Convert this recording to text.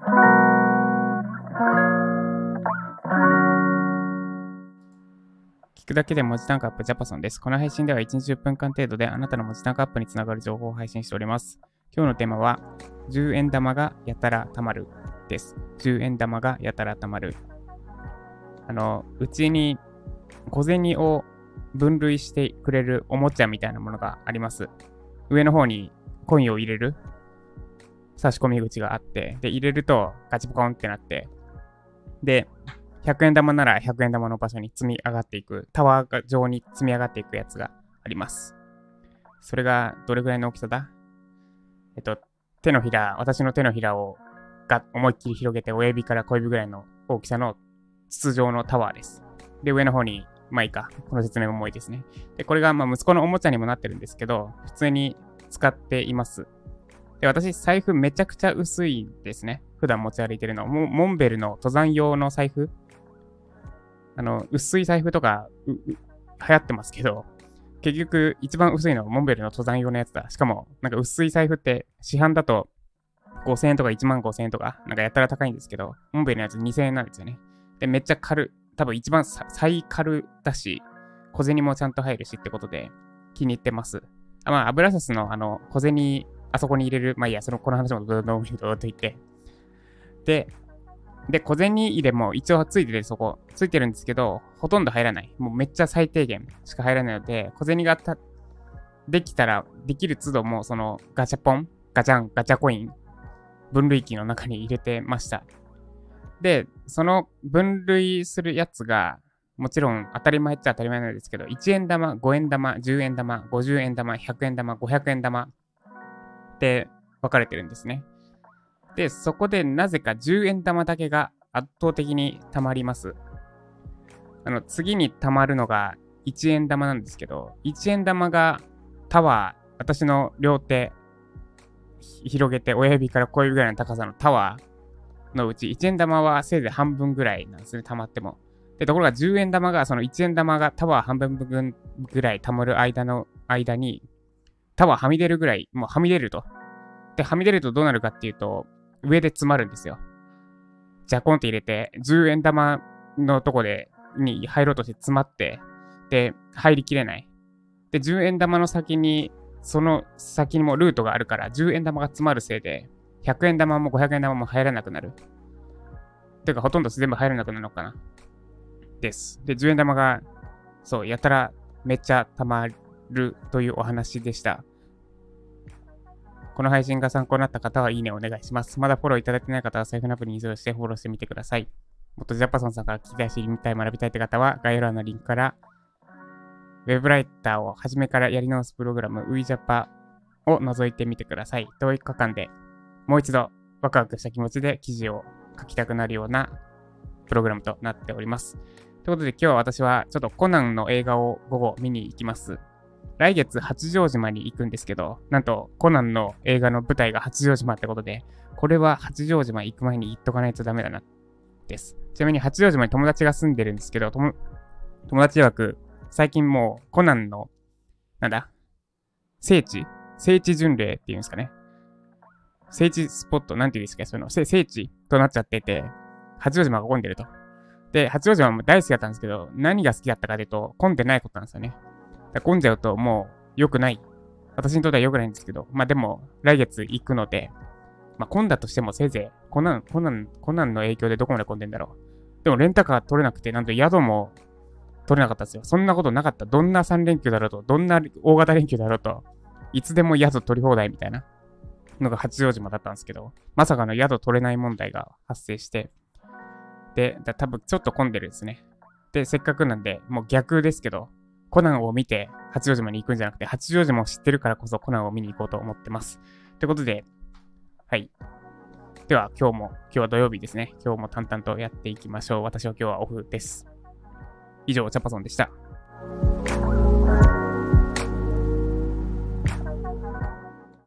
聞くだけで文字単価アップジャパソンです。この配信では1日10分間程度であなたの文字単価アップにつながる情報を配信しております。今日のテーマは10円玉がやたらたまるです。10円玉がやたらたまる。うちに小銭を分類してくれるおもちゃみたいなものがあります。上の方にコインを入れる差し込み口があって、で、入れるとガチポコンってなって、で、100円玉なら100円玉の場所に積み上がっていく、タワー状に積み上がっていくやつがあります。それがどれぐらいの大きさだ？私の手のひらを思いっきり広げて親指から小指ぐらいの大きさの筒状のタワーです。で、上の方に、まあいいか、この説明も重いですね。で、これが息子のおもちゃにもなってるんですけど、普通に使っています。で、私、財布めちゃくちゃ薄いんですね。普段持ち歩いてるの。モンベルの登山用の財布。薄い財布とか流行ってますけど、結局一番薄いのはモンベルの登山用のやつだ。しかも、なんか薄い財布って市販だと5000円とか1万5000円とか、なんかやったら高いんですけど、モンベルのやつ2000円なんですよね。で、めっちゃ多分一番最軽だし、小銭もちゃんと入るしってことで気に入ってます。アブラサスの小銭、あそこに入れる、まあいいや、この話もどうと言って。で、小銭入れも一応ついてるんですけど、ほとんど入らない。もうめっちゃ最低限しか入らないので、小銭ができたら、できる都度もそのガチャコイン、分類器の中に入れてました。で、その分類するやつが、もちろん当たり前っちゃ当たり前なんですけど、1円玉、5円玉、10円玉、50円玉、100円玉、500円玉って分かれてるんですね。で、そこでなぜか10円玉だけが圧倒的に溜まります。次に溜まるのが1円玉なんですけど、1円玉が私の両手広げて親指から小指ぐらいの高さのタワーのうち1円玉はせいぜい半分ぐらいなんですね、溜まっても。で、ところが10円玉がその1円玉がタワー半分ぐらい溜まる間にタワーはみ出るぐらい、もうはみ出ると。で、はみ出るとどうなるかっていうと、上で詰まるんですよ。ジャコンって入れて、10円玉のとこに入ろうとして詰まって、で、入りきれない。で、10円玉の先に、その先にもルートがあるから、10円玉が詰まるせいで、100円玉も500円玉も入らなくなる。ていうか、ほとんど全部入らなくなるのかな。です。で、10円玉が、やたらめっちゃ溜まるというお話でした。この配信が参考になった方はいいねをお願いします。まだフォローいただいてない方は財布のアプリに移動してフォローしてみてください。もっとジャパソンさんから聞きたいし、見たい、学びたいって方は概要欄のリンクから、ウェブライターを初めからやり直すプログラム WeJapa を覗いてみてください。10日間でもう一度ワクワクした気持ちで記事を書きたくなるようなプログラムとなっております。ということで今日は私はちょっとコナンの映画を午後見に行きます。来月八丈島に行くんですけど、なんとコナンの映画の舞台が八丈島ってことで、これは八丈島行く前に行っとかないとダメだな、です。ちなみに八丈島に友達が住んでるんですけど、友達曰く、最近もうコナンの、聖地巡礼っていうんですかね。聖地スポット、なんていうんですか、聖地となっちゃってて、八丈島が混んでると。で、八丈島も大好きだったんですけど、何が好きだったかというと、混んでないことなんですよね。混んじゃうともう良くない。私にとっては良くないんですけど、でも来月行くので、混んだとしてもせいぜいコナンの影響でどこまで混んでんだろう。でもレンタカー取れなくて、なんと宿も取れなかったですよ。そんなことなかった。どんな3連休だろうと、どんな大型連休だろうと、いつでも宿取り放題みたいなのが八丈島だったんですけど、まさかの宿取れない問題が発生して、で、多分ちょっと混んでるんですね。で、せっかくなんで、もう逆ですけど、コナンを見て八丈島に行くんじゃなくて、八丈島を知ってるからこそコナンを見に行こうと思ってます。ということで、はい。では今日は土曜日ですね。今日も淡々とやっていきましょう。私は今日はオフです。以上、チャパソンでした。